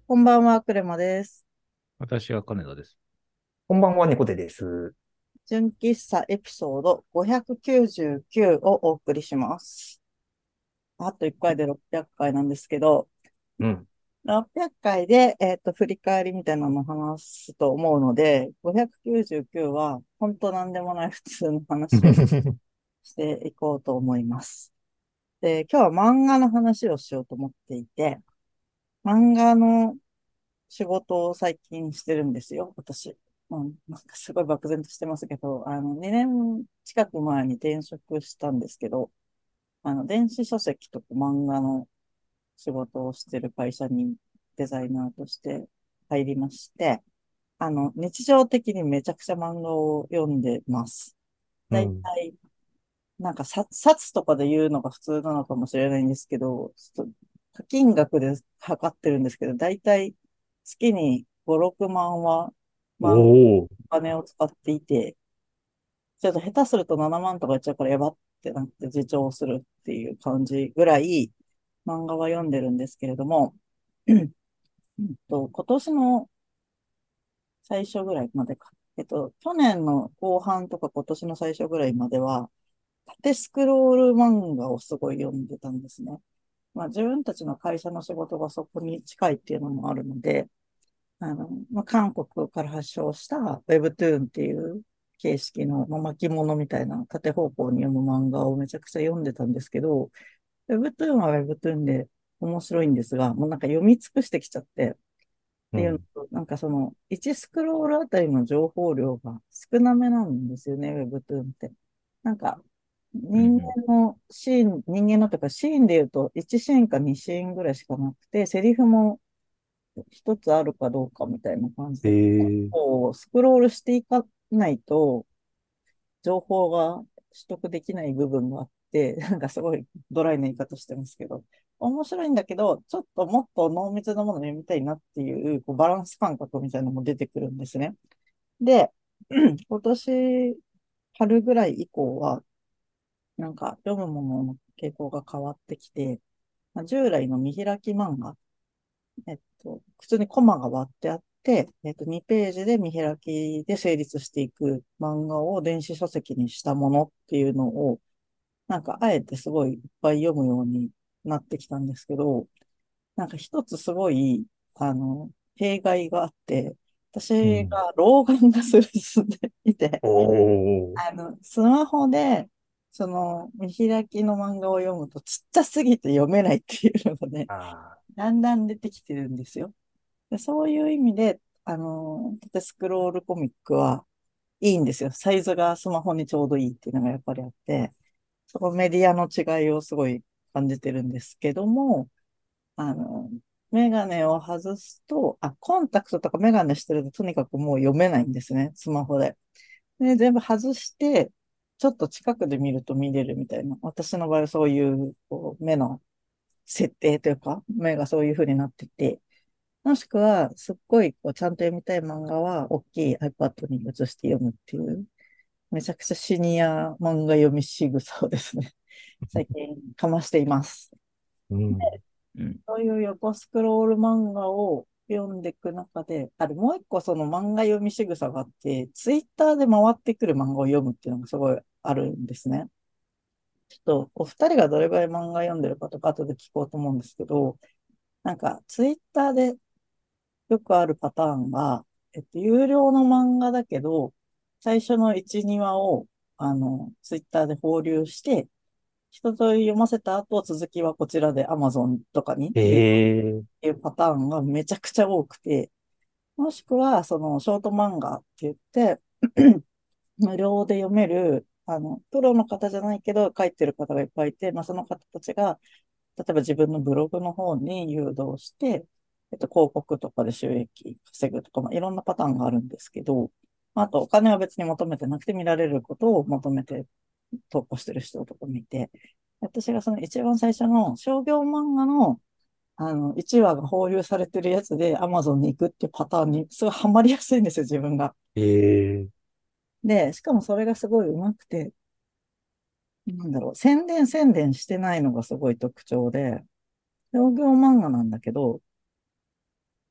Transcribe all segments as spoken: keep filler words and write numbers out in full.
こんばんは、クレマです。 私は金田です。 こんばんは、猫背です。 純喫茶エピソードごひゃくきゅうじゅうきゅうをお送りします。あといっかいでろっぴゃっかいなんですけど、 うん。 ろっぴゃっかいで、えっと、振り返りみたいなのを話すと思うので、ごひゃくきゅうじゅうきゅうは本当なんでもない普通の話をしていこうと思います。で、今日は漫画の話をしようと思っていて、漫画の仕事を最近してるんですよ、私。うん、なんかすごい漠然としてますけど、あの、にねん近く前に転職したんですけど、あの、電子書籍とか漫画の仕事をしてる会社にデザイナーとして入りまして、あの、日常的にめちゃくちゃ漫画を読んでます。だいうん。 たい、なんかさ冊とかで言うのが普通なのかもしれないんですけど、ちょっと課金額で測ってるんですけど、だいたい月にご、ろくまんはお漫画お。 お金を使っていて、ちょっと下手するとななまんとか言っちゃうからやばってなって自重するっていう感じぐらい漫画は読んでるんですけれども、うんと、今年の最初ぐらいまでか。えっと、去年の後半とか今年の最初ぐらいまでは、縦スクロール漫画をすごい読んでたんですね。まあ自分たちの会社の仕事がそこに近いっていうのもあるので、あの、まあ、韓国から発祥した Webtoon っていう形式の、まあ、巻物みたいな縦方向に読む漫画をめちゃくちゃ読んでたんですけど、Webtoon は Webtoon で面白いんですが、もうなんか読み尽くしてきちゃって、っていうのうん。 と、なんかそのいちスクロールあたりの情報量が少なめなんですよね、Webtoon って。なんか、人うんうん。 間のシーン、人間のとかシーンで言うといちシーンかにシーンぐらいしかなくて、セリフも一つあるかどうかみたいな感じで、 ええ。 こう、スクロールしていかないと、情報が取得できない部分があって、なんかすごいドライな言い方してますけど、面白いんだけど、ちょっともっと濃密なものを読みたいなっていう、こうバランス感覚みたいなのも出てくるんですね。で、今年春ぐらい以降は、なんか読むものの傾向が変わってきて、まあ従来の見開き漫画、えっと、普通にコマが割ってあって、えっと、にページで見開きで成立していく漫画を電子書籍にしたものっていうのを、なんかあえてすごいいっぱい読むようになってきたんですけど、なんか一つすごい、あの、弊害があって、私うん。 が老眼が進んでいて、 おお。 あの、スマホで、その、見開きの漫画を読むとちっちゃすぎて読めないっていうのがね、 あだんだん出てきてるんですよ。でそういう意味で、あの、縦スクロールコミックはいいんですよ。サイズがスマホにちょうどいいっていうのがやっぱりあって、そこメディアの違いをすごい感じてるんですけども、あの、メガネを外すと、あ、コンタクトとかメガネしてるととにかくもう読めないんですね、スマホで。で、全部外して、ちょっと近くで見ると見れるみたいな。私の場合はそういう、こう目の設定というか、目がそういう風になってて、もしくは、すっごいこうちゃんと読みたい漫画は、大きい iPad に移して読むっていう、めちゃくちゃシニア漫画読み仕草をですね、最近かましています。 ー。うん。 うん。 そういう横スクロール漫画を読んでいく中で、あれ、もう一個その漫画読み仕草があって、ツイッターで回ってくる漫画を読むっていうのがすごいあるんですね。ちょっと、お二人がどれぐらい漫画読んでるかとか後で聞こうと思うんですけど、なんか、ツイッターでよくあるパターンが、えっと、有料の漫画だけど、最初のいち、にわを、あの、ツイッターで放流して、一通り読ませた後、続きはこちらで Amazon とかに入れるっええ。 ていうパターンがめちゃくちゃ多くて、もしくは、その、ショート漫画って言って、無料で読める、あの、プロの方じゃないけど、書いてる方がいっぱいいて、まあ、その方たちが、例えば自分のブログの方に誘導して、えっと、広告とかで収益稼ぐとか、まあ、いろんなパターンがあるんですけど、まああとお金は別に求めてなくて見られることを求めて投稿してる人とか見て、私がその一番最初の商業漫画のあの、いちわが放流されてるやつで Amazon に行くっていうパターンにすごいハマりやすいんですよ、自分が。 ええ。 で、しかもそれがすごい上手くて、なんだろう、宣伝宣伝してないのがすごい特徴で、商業漫画なんだけど、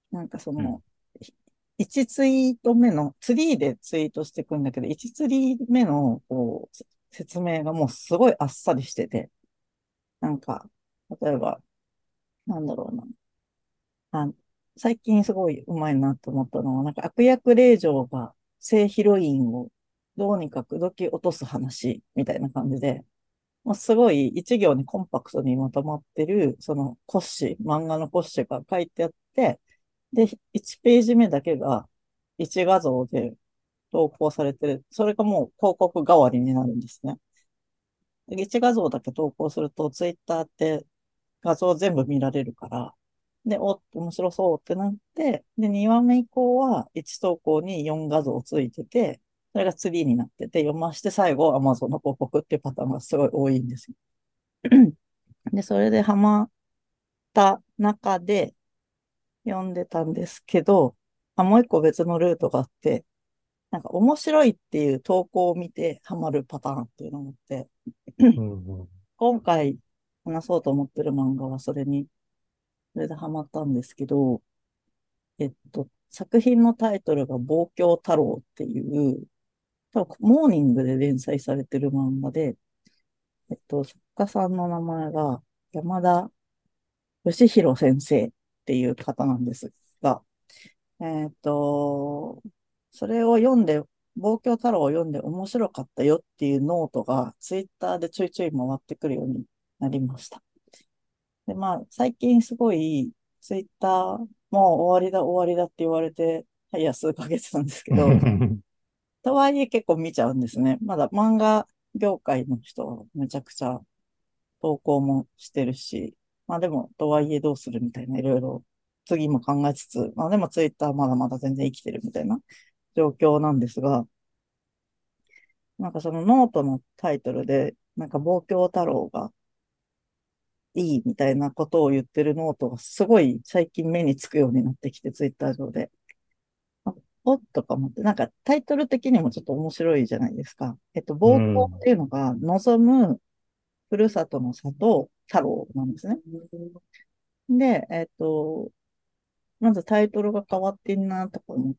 なんかそうん。 の、いちツイート目の、ツリーでツイートしていくんだけど、いちツリー目の、こう、説明がもうすごいあっさりしてて、なんか、例えば、なんだろうな。あ、最近すごいうまいなと思ったのは、なんか悪役令嬢が正ヒロインをどうにか口説き落とす話みたいな感じで、もうすごい一行にコンパクトにまとまってる、その骨子、漫画の骨子が書いてあって、で、いちページ目だけがいち画像で投稿されてる。それがもう広告代わりになるんですね。でいち画像だけ投稿すると、ツイッターって画像全部見られるから、で、お、面白そうってなって、で、にわめ以降はいち投稿によん画像ついてて、それがツリーになってて、読まして最後 Amazon の広告っていうパターンがすごい多いんですよ。で、それでハマった中で読んでたんですけど、あ、もう一個別のルートがあって、なんか面白いっていう投稿を見てハマるパターンっていうのがあって、 うんうん。 今回話そうと思ってる漫画はそれに、それでハマったんですけど、えっと、作品のタイトルが望郷太郎っていう、多分モーニングで連載されてる漫画で、えっと、作家さんの名前が山田義弘先生っていう方なんですが、えっと、それを読んで、望郷太郎を読んで面白かったよっていうノートがツイッターでちょいちょい回ってくるようになりました。で、まあ、最近すごいツイッターもう終わりだ終わりだって言われて、はいや、数ヶ月なんですけど、とはいえ結構見ちゃうんですね。まだ漫画業界の人はめちゃくちゃ投稿もしてるし、まあでも、とはいえどうするみたいな、いろいろ次も考えつつ、まあでもツイッターまだまだ全然生きてるみたいな状況なんですが、なんかそのノートのタイトルで、なんか望郷太郎がいいみたいなことを言ってるノートがすごい最近目につくようになってきて、ツイッター上で。あおっとか思って、なんかタイトル的にもちょっと面白いじゃないですか。えっと、 う望郷っん。 ていうのが望むふるさとの里、太郎なんですね。で、えっと、まずタイトルが変わってんなとか思って、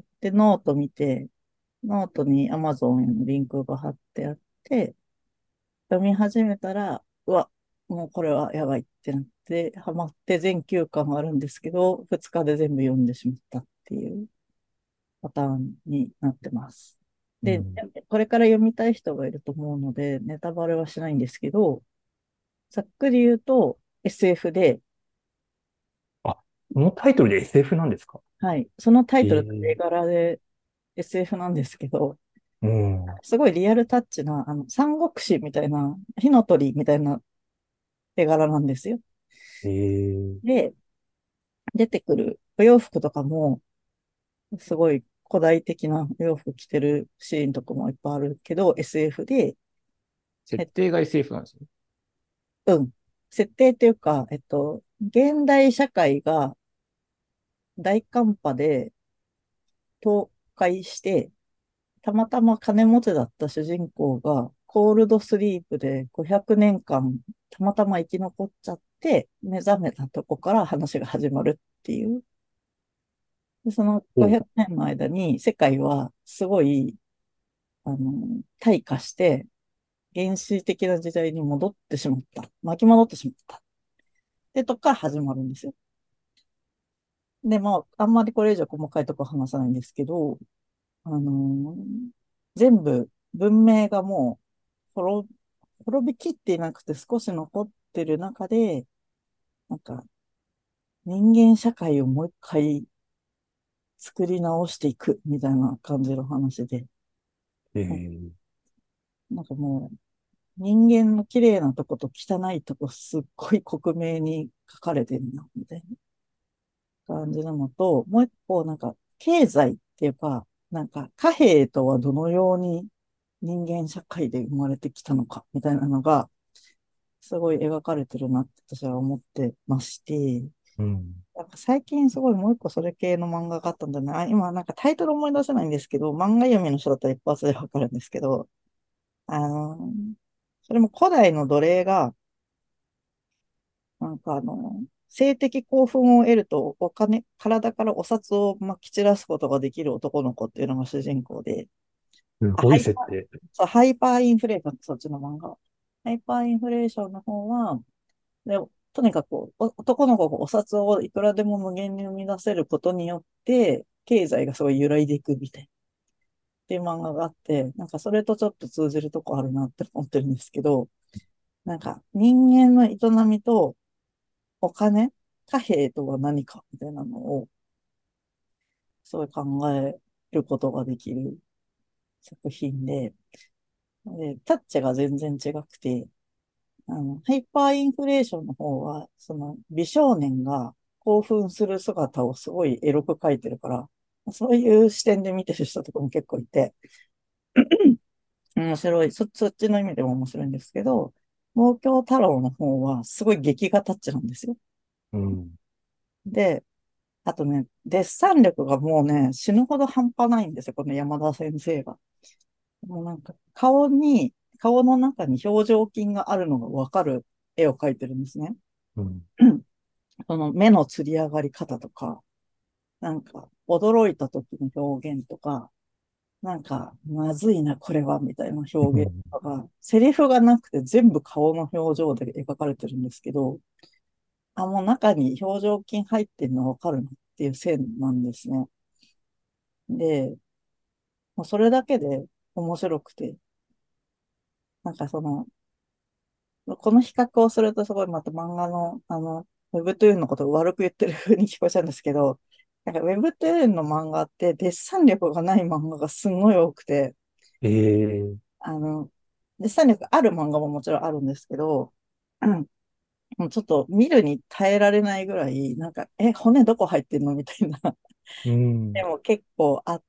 で、ノート見て、ノートに Amazon へのリンクが貼ってあって、読み始めたら、うわ、もうこれはやばいってなって、ハマって全きゅうかんあるんですけど、ふつかで全部読んでしまったっていうパターンになってます。で、 うん。 これから読みたい人がいると思うので、ネタバレはしないんですけど、ざっくり言うと エスエフ で、 あ、このタイトルで エスエフ なんですか？ はい、そのタイトルと絵ええ。 柄で エスエフ なんですけど、 うん。 すごいリアルタッチな、あの、三国志みたいな、火の鳥みたいな絵柄なんですよ。 ええ。 で、出てくるお洋服とかも、すごい古代的なお洋服着てるシーンとかもいっぱいあるけど、エスエフ で、え設定が エスエフ なんですね。 うん。設定っていうか、えっと、現代社会が大寒波で倒壊して、たまたま金持ちだった主人公がコールドスリープでごひゃくねんかんたまたま生き残っちゃって目覚めたとこから話が始まるっていう。でその500 おう。 年の間に世界はすごい、あの、退化して原始的な時代に戻ってしまった。巻き戻ってしまった。で、とこから始まるんですよ。で、まあ、あんまりこれ以上細かいところ話さないんですけど、あのー全部文明がもう滅滅びきっていなくて少し残ってる中で、なんか人間社会をもう一回作り直していくみたいな感じの話で、 ええ。 なんかもう人間の綺麗なとこと汚いとこすっごい克明に書かれてるな、みたいな感じなのと、もう一個なんか経済っていうか、なんか貨幣とはどのように人間社会で生まれてきたのか、みたいなのが、すごい描かれてるなって私は思ってまして、 うん。 なんか最近すごいもう一個それ系の漫画があったんだね。あ、今なんかタイトル思い出せないんですけど、漫画読みの人だったら一発でわかるんですけど、あのそれも古代の奴隷が、なんかあの、 性的興奮を得るとお金、体からお札をまき散らすことができる男の子っていうのが主人公で、あ、 すごいハイパー、 設定。 そう、ハイパーインフレーション、そっちの漫画。ハイパーインフレーションの方は、で、とにかくお男の子がお札をいくらでも無限に生み出せることによって、経済がすごい揺らいでいくみたいな。っていう漫画があって、なんかそれとちょっと通じるとこあるなって思ってるんですけど、なんか人間の営みとお金、貨幣とは何かみたいなのをすごい考えることができる作品で、で、タッチが全然違くて、あの、ハイパーインフレーションの方は、その美少年が興奮する姿をすごいエロく描いてるから、そういう視点で見てる人とかも結構いて、面白い。そ、そっちの意味でも面白いんですけど、東京太郎の方はすごい劇画タッチなんですよ。 うん。 で、あとね、デッサン力がもうね、死ぬほど半端ないんですよ、この山田先生が。もうなんか、顔に、顔の中に表情筋があるのがわかる絵を描いてるんですね。 うん。 その目のつり上がり方とか、なんか、驚いた時の表現とか、なんか、まずいな、これは、みたいな表現とかが、セリフがなくて全部顔の表情で描かれてるんですけど、あ、もう中に表情筋入ってるのわかるなっていう線なんですね。で、もうそれだけで面白くて、なんかその、この比較をするとすごいまた漫画の、あの、ウェブトゥーンのことを悪く言ってる風に聞こえちゃうんですけど、なんかウェブトゥーンの漫画ってデッサン力がない漫画がすんごい多くて、 ええ。 あの、デッサン力ある漫画ももちろんあるんですけど、うん、もうちょっと見るに耐えられないぐらい、なんか、え、骨どこ入ってんのみたいなうん。 でも結構あって、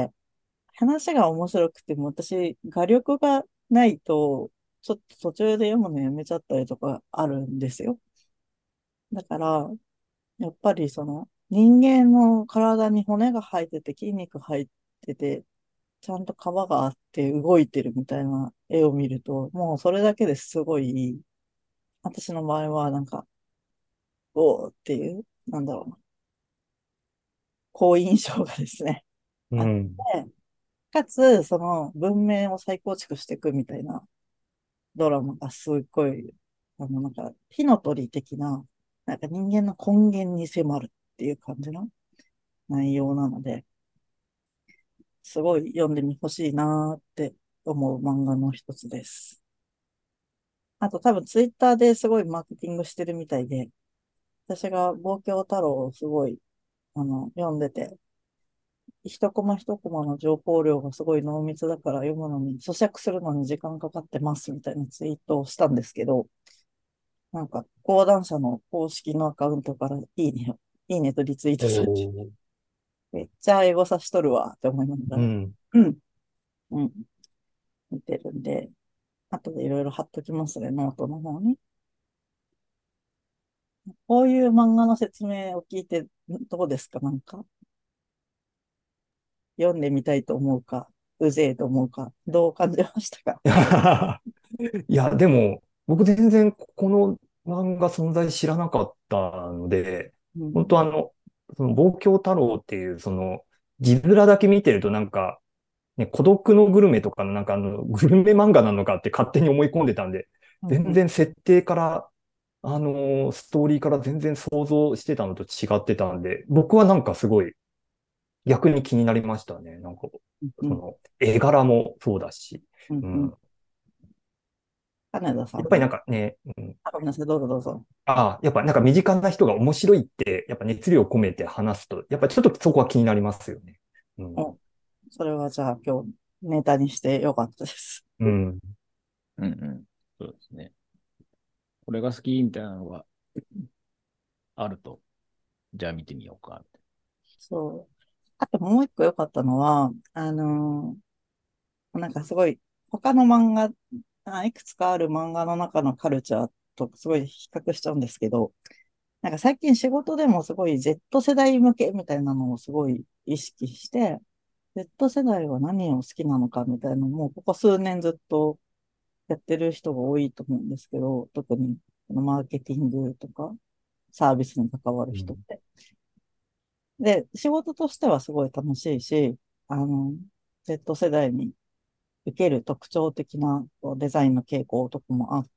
話が面白くても私、画力がないと、ちょっと途中で読むのやめちゃったりとかあるんですよ。だから、やっぱりその人間の体に骨が生えてて筋肉入ってて、ちゃんと皮があって動いてるみたいな絵を見ると、もうそれだけですごい、私の場合はなんか、おーっていう、なんだろうな、好印象がですね、あっうん。 て、かつ、その文明を再構築していくみたいなドラマがすっごい、あの、なんか、火の鳥的な、なんか人間の根源に迫るっていう感じの内容なので、すごい読んでみほしいなーって思う漫画の一つです。あと多分ツイッターですごいマーケティングしてるみたいで、私が望郷太郎をすごい、あの、読んでて、一コマ一コマの情報量がすごい濃密だから読むのに、咀嚼するのに時間かかってますみたいなツイートをしたんですけど、なんか講談社の公式のアカウントからいいねを、いいねとリツイーおトされて、 ー。 めっちゃ英語さしとるわって思いながら、 うん。 うん、うん、見てるんで、後でいろいろ貼っときますね、ノートの方に。こういう漫画の説明を聞いて、んどうですかなんか、読んでみたいと思うか、うぜえと思うか、どう感じましたか？ いや、でも、僕全然この漫画存在知らなかったので、本うん、 当あの、その、望郷太郎っていう、その、字面だけ見てるとなんか、ね、孤独のグルメとかのなんかあの、グルメ漫画なのかって勝手に思い込んでたんで、 うん、うん、 全然設定から、あのーストーリーから全然想像してたのと違ってたんで、僕はなんかすごい逆に気になりましたね。なんか、 うん、 その、絵柄もそうだし、 うん、うん。 うん。 金田さんは、 やっぱりなんかね、うん、 あ、ごめんなさい、どうぞどうぞ。 ああ、やっぱなんか身近な人が面白いって、やっぱ熱量を込めて話すと、やっぱちょっとそこは気になりますよね。うん。 お、それはじゃあ今日ネタにしてよかったです。 うん。 うんうん。そうですね。これが好きみたいなのがあると、じゃあ見てみようか。 そう。あともう一個良かったのは、あのーなんかすごい、他の漫画、あいくつかある漫画の中のカルチャーとすごい比較しちゃうんですけど、なんか最近仕事でもすごい Z 世代向けみたいなのをすごい意識して、Z 世代は何を好きなのかみたいなのも、ここ数年ずっとやってる人が多いと思うんですけど、特にこのマーケティングとかサービスに関わるうん。 人って。で、仕事としてはすごい楽しいし、あの、Z 世代に受ける特徴的なこうデザインの傾向とかもあって、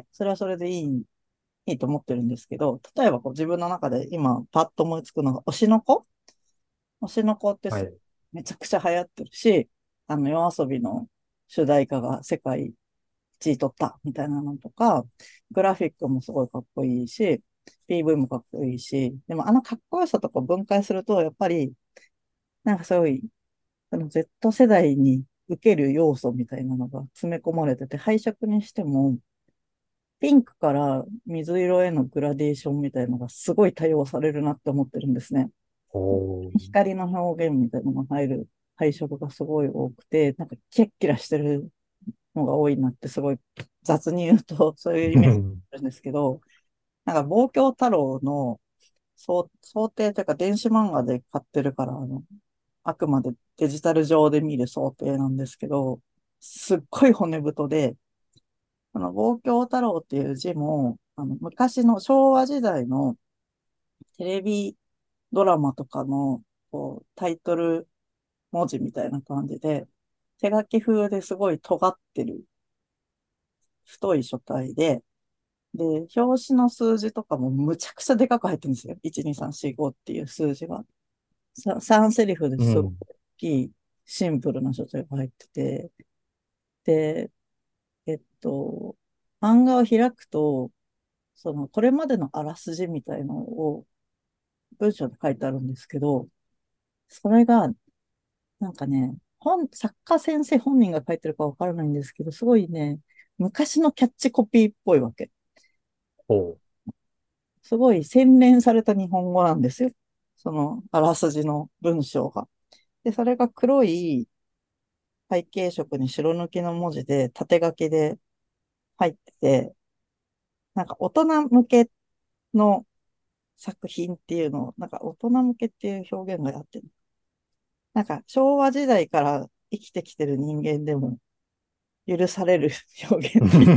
それはそれでいい、いいと思ってるんですけど、例えばこう自分の中で今パッと思いつくのが推しの子推しの子ってすはい。 めちゃくちゃ流行ってるし、あの、夜遊びの主題歌が世界一位取ったみたいなのとか、グラフィックもすごいかっこいいし、ピーブイ もかっこいいし、でもあのかっこよさとか分解すると、やっぱり、なんかすごい、あの Z 世代に受ける要素みたいなのが詰め込まれてて、配色にしても、ピンクから水色へのグラデーションみたいなのがすごい多用されるなって思ってるんですね。 おー。 光の表現みたいなのが入る配色がすごい多くて、なんかキラッキラしてるのが多いなってすごい雑に言うとそういうイメージあるんですけど、なんか望郷太郎の想想定というか電子漫画で買ってるから、あの、あくまでデジタル上で見る想定なんですけど、すっごい骨太で、あの、望郷太郎っていう字も、あの、昔の昭和時代のテレビドラマとかの、こう、タイトル文字みたいな感じで、手書き風ですごい尖ってる太い書体で、で、表紙の数字とかもむちゃくちゃでかく入ってるんですよ。いち、に、さん、よん、ごっていう数字が。ささんセリフですごくうん。 大きいシンプルな書体が入ってて、で、えっと、漫画を開くと、その、これまでのあらすじみたいのを文章で書いてあるんですけど、それが、なんかね、本、作家先生本人が書いてるかわからないんですけど、すごいね、昔のキャッチコピーっぽいわけ。 おー。 すごい洗練された日本語なんですよ。その、あらすじの文章が。で、それが黒い背景色に白抜きの文字で、縦書きで入ってて、なんか大人向けの作品っていうのを、なんか大人向けっていう表現がやってる。なんか昭和時代から生きてきてる人間でも許される表現っていう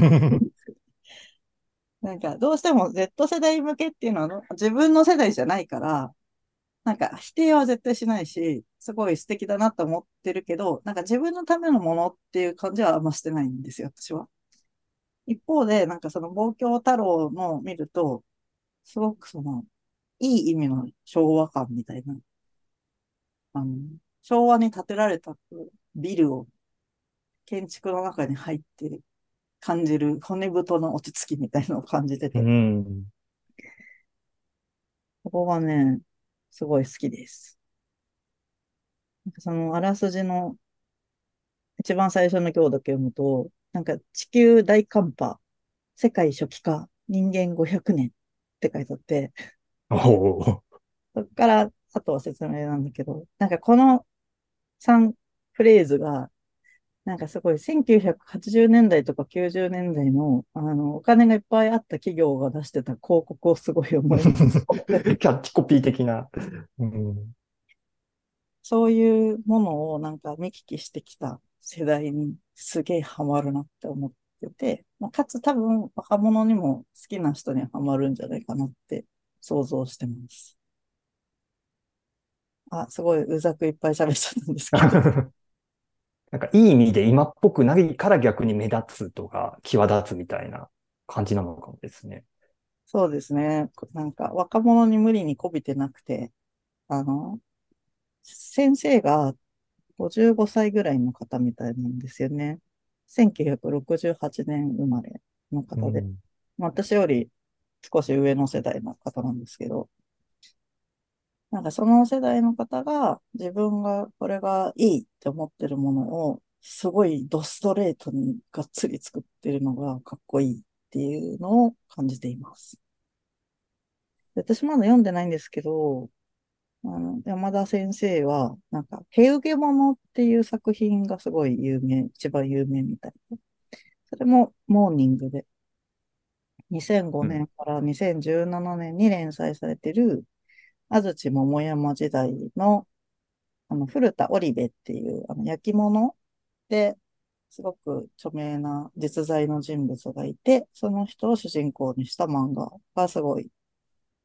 なんか、どうしても Z 世代向けっていうのは自分の世代じゃないから、なんか否定は絶対しないし、すごい素敵だなと思ってるけど、なんか自分のためのものっていう感じはあんましてないんですよ、私は。一方で、なんかその望郷太郎の見ると、すごくその、いい意味の昭和感みたいな、あの、昭和に建てられたビルを建築の中に入って感じる骨太の落ち着きみたいなのを感じてうて、 ん。 ここがね、すごい好きです。なんかそのあらすじの一番最初の行だけ読むと、なんか地球大寒波、世界初期化、人間ごひゃくねんって書いてあって、 おー。 そこからあとは説明なんだけど、なんかこのさんフレーズが、なんかすごいせんきゅうひゃくはちじゅうねんだいとかきゅうじゅうねんだいの、あの、お金がいっぱいあった企業が出してた広告をすごい思い出す。 キャッチコピー的な。うん。 そういうものをなんか見聞きしてきた世代にすげえハマるなって思ってて、まあかつ多分若者にも好きな人にはハマるんじゃないかなって想像してます。あ、すごいうざくいっぱい喋っちゃったんですけど。 なんかいい意味で今っぽくないから逆に目立つとか際立つみたいな感じなのかもですね。 そうですね。なんか若者に無理に媚びてなくて、あの、先生がごじゅうごさいぐらいの方みたいなんですよね。せんきゅうひゃくろくじゅうはちねん生まれの方で。 うん。 まあ私より少し上の世代の方なんですけど、なんかその世代の方が自分がこれがいいって思ってるものをすごいドストレートにがっつり作ってるのがかっこいいっていうのを感じています。で私まだ読んでないんですけど、あの、山田先生は、なんか、ヘウゲモノっていう作品がすごい有名、一番有名みたいで。それもモーニングで、2005 うん。 年からにせんじゅうななねんに連載されてる、安土桃山時代の、あの、古田織部っていう、あの、焼き物ですごく著名な実在の人物がいて、その人を主人公にした漫画がすごい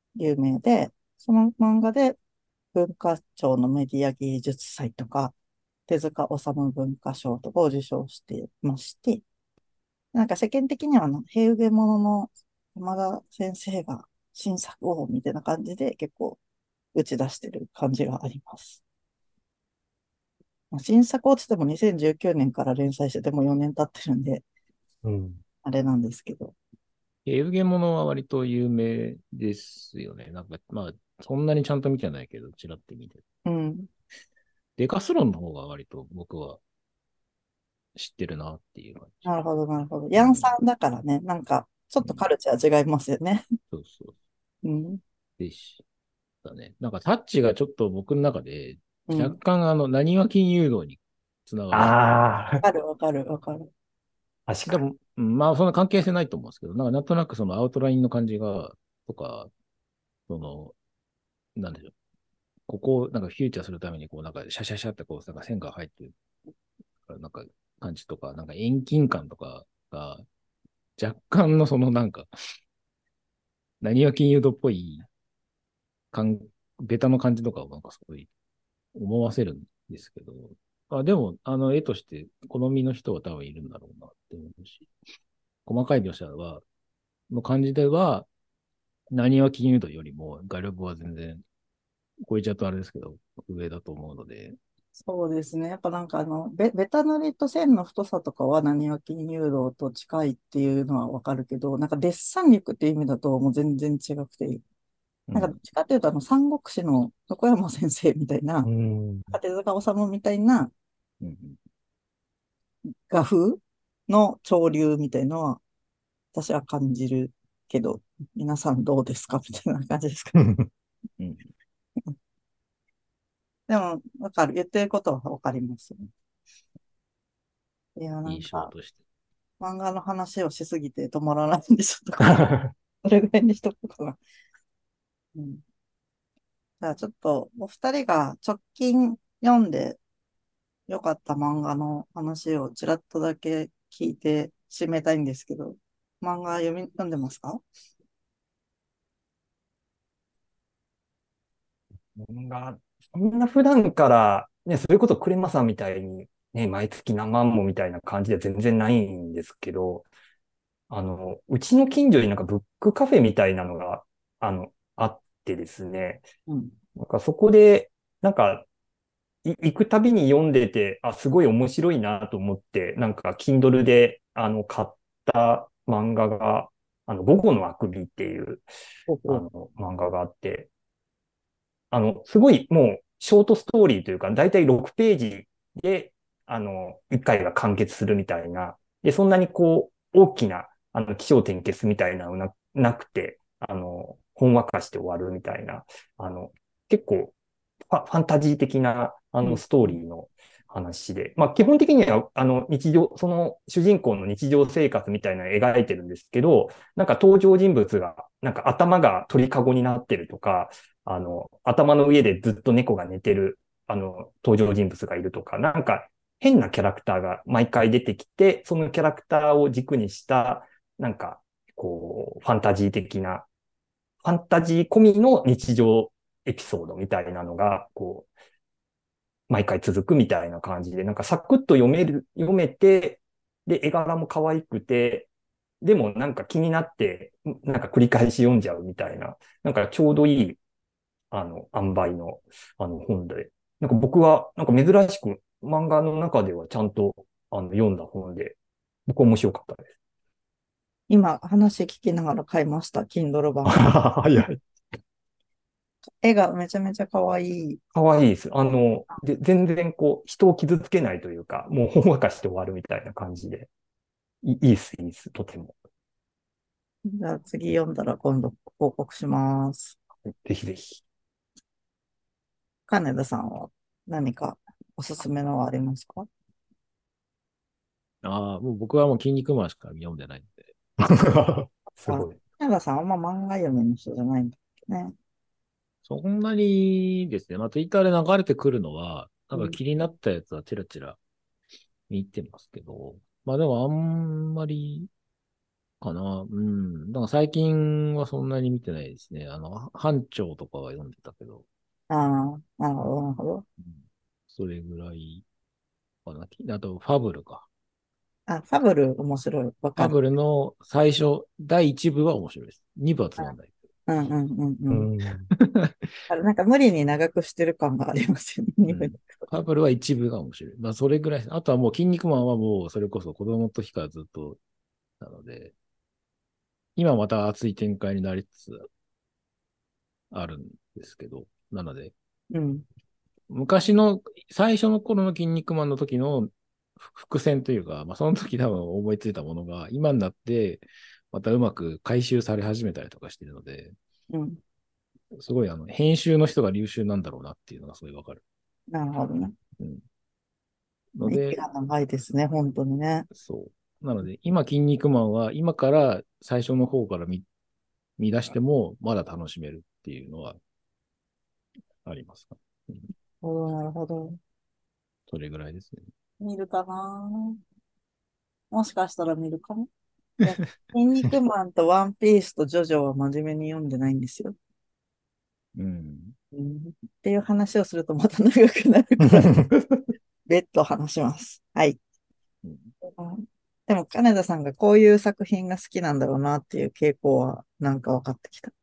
有名で、その漫画で文化庁のメディア芸術祭とか、手塚治虫文化賞とかを受賞してまして、なんか世間的にはあの、平家物の山田先生が新作をみたいな感じで結構打ち出してる感じがあります。まあ新作をつってもにせんじゅうきゅうねんから連載しててもよねん経ってるんで、 うん。 あれなんですけど。 エウゲモノは割と有名ですよね。なんか、まあ、そんなにちゃんと見てないけど、ちらって見て。 うん。 デカスロンの方が割と僕は知ってるなっていう感じ。 なるほど、なるほど。 うん。 ヤンさんだからね、なんか、ちょっとカうん、 ルチャー違いますよね。 そうそう。 うん。 でしたね。なんかタッチがちょっと僕の中で、若うん。 干あの、何は金融道につながる。 ああ、 わかる、わかる、わかる。 確かに。 でも、うんまあ、そんな関係性ないと思うんですけど、なんかなんとなくそのアウトラインの感じが、とか、その、なんでしょう。ここをなんかフューチャーするために、こうなんかシャシャシャってこう、なんか線が入ってる、なんか感じとか、なんか遠近感とかが、若干のそのなんか、何は金融道っぽい感、ベタの感じとかをなんかすごい思わせるんですけど、あ、でも、あの、絵として好みの人は多分いるんだろうなって思うし、細かい描写は、の感じでは、何は金融道よりも画力は全然、超えちゃうとあれですけど、上だと思うので、 そうですね。やっぱなんかあの、ベ、ベタ塗りと線の太さとかは何は金融道と近いっていうのはわかるけど、なんかデッサン力っていう意味だともう全然違くて、なんかどっうん。 ちかっていうとあの、三国志の横山先生みたいな、 うん。 手塚治虫みたいなうん、 画風の潮流みたいのは私は感じるけど、皆さんどうですかみたいな感じですかね。 うん。 でも、わかる。言ってることはわかりますね。いや、なん印象か、 として。 漫画の話をしすぎて止まらないんで、ちょっとこれ、これぐらいにしとこうかな。うん。じゃあ、ちょっと、お二人が直近読んでよかった漫画の話をちらっとだけ聞いて締めたいんですけど、漫画読み、読んでますか？ 漫画、そんな普段から、ね、それこそクレマさんみたいに、ね、毎月何万もみたいな感じで全然ないんですけど、あの、うちの近所になんかブックカフェみたいなのが、あの、あってですね、 うん。 なんかそこで、なんか、い行くたびに読んでて、あ、すごい面白いなと思って、なんか、Kindle で、あの、買った漫画が、あの、午後のあくびっていう、 ほうほう。 あの、漫画があって、あの、すごいもう、ショートストーリーというか、だいたいろくページで、あの、いっかいが完結するみたいな、で、そんなにこう、大きな、あの、起承転結みたいなのな、なくて、あの、ほんわかして終わるみたいな、あの、結構、ファ、ファンタジー的な、あの、 うん。 ストーリーの話で、まあ、基本的には、あの、日常、その主人公の日常生活みたいなのを描いてるんですけど、なんか登場人物が、なんか頭が鳥かごになってるとか、あの、頭の上でずっと猫が寝てる、あの、登場人物がいるとか、なんか変なキャラクターが毎回出てきて、そのキャラクターを軸にした、なんか、こう、ファンタジー的な、ファンタジー込みの日常エピソードみたいなのが、こう、毎回続くみたいな感じで、なんかサクッと読める、読めて、で、絵柄も可愛くて、でもなんか気になって、なんか繰り返し読んじゃうみたいな、なんかちょうどいいあの、塩梅の、あの、本で。なんか僕は、なんか珍しく漫画の中ではちゃんと、あの、読んだ本で、僕は面白かったです。 今、話聞きながら買いました。Kindle 版。 早い。 絵がめちゃめちゃ可愛い。 かわいいです。あの、で、全然こう、人を傷つけないというか、もうほんわかして終わるみたいな感じで。いいいです、いいです、とても。 じゃあ次読んだら今度報告します。 ぜひぜひ。 金田さんは何かおすすめのはありますか？ ああ、もう僕はもう筋肉マンしか読んでないんで、 すあ、 ごい。 金田さんあんま漫画読みの人じゃないんだっけね。 そんなにですね、まあ、ツイッターで流れてくるのは、なんかうん。 気になったやつはチラチラ見てますけど、まあでもあんまりかな。うん。だから最近はそんなに見てないですね。あの、班長とかは読んでたけど、 ああ、なるほど、なるほど。 うん、それぐらいかな。あと、ファブルか。 あ、ファブル面白い。わかる。 ファブルの最初、だいいち部は面白いです。に部はつまんない。 うんうんうんううん。 ん。 あれ、なんか無理に長くしてる感がありますよね。にうん。ファブルは一部が面白い。まあ、それぐらい。あとはもう、筋肉マンはもう、それこそ子供の時からずっとなので、今また熱い展開になりつつあるんですけど、なので、 うん。 昔の、最初の頃の筋肉マンの時の伏線というか、まあ、その時多分思いついたものが、今になって、またうまく回収され始めたりとかしているので、 うん。 すごいあの、編集の人が優秀なんだろうなっていうのがすごいわかる。 なるほどね。 うん。ので、 息が長いですね、本当にね。 そう。なので、今、筋肉マンは、今から最初の方から見、見出しても、まだ楽しめるっていうのはありますか。うん、 なるほど、なるほど。 それぐらいですね。 見るかな。もしかしたら見るかも。いや、筋肉マンとワンピースとジョジョは真面目に読んでないんですよ。 うん。 うん、っていう話をするとまた長くなるから、別途話します。はい。 うん、 うんでも、金田さんがこういう作品が好きなんだろうなっていう傾向はなんか分かってきた。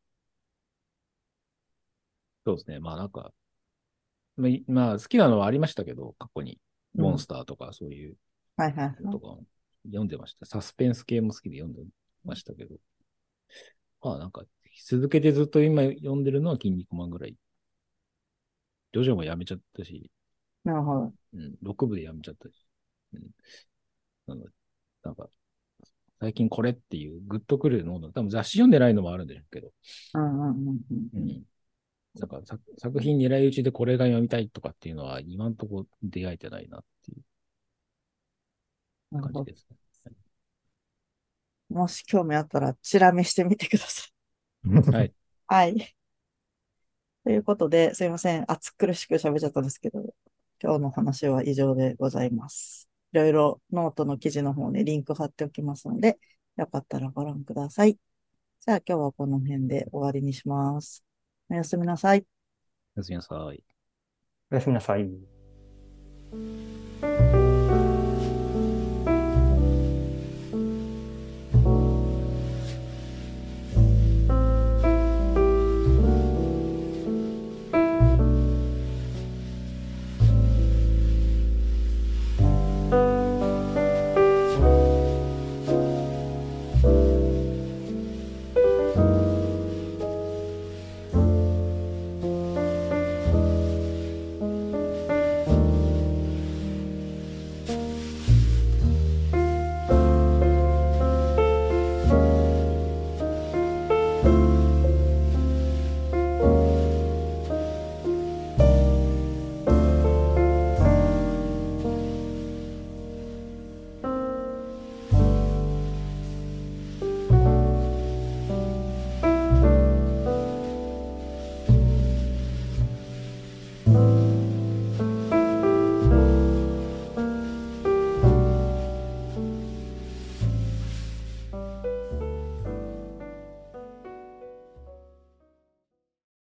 そうですね。まあなんか、まあ、いまあ好きなのはありましたけど、過去に。モンうん。 スターとかそういうはいはいはい。 のとか読んでました。サスペンス系も好きで読んでましたけど。まあなんか、続けてずっと今読んでるのは筋肉マンぐらい。ジョジョもやめちゃったし、 なるほど。 うん、ろく部でやめちゃったし。うん、なので、なんか、最近これっていうグッとくるの、多分雑誌読んでないのもあるんですけど、 うんうんうんうんうん。 うん。なんか作作品狙い撃ちでこれが読みたいとかっていうのは今んとこ出会えてないなっていうなるほど。 感じですね。 もし興味あったら、チラ見してみてください。 はい。 はい。ということで、すいません。暑苦しく喋っちゃったんですけど、今日の話は以上でございます。いろいろノートの記事の方にリンク貼っておきますので、よかったらご覧ください。じゃあ今日はこの辺で終わりにします。おやすみなさい。 おやすみなさい。 おやすみなさい。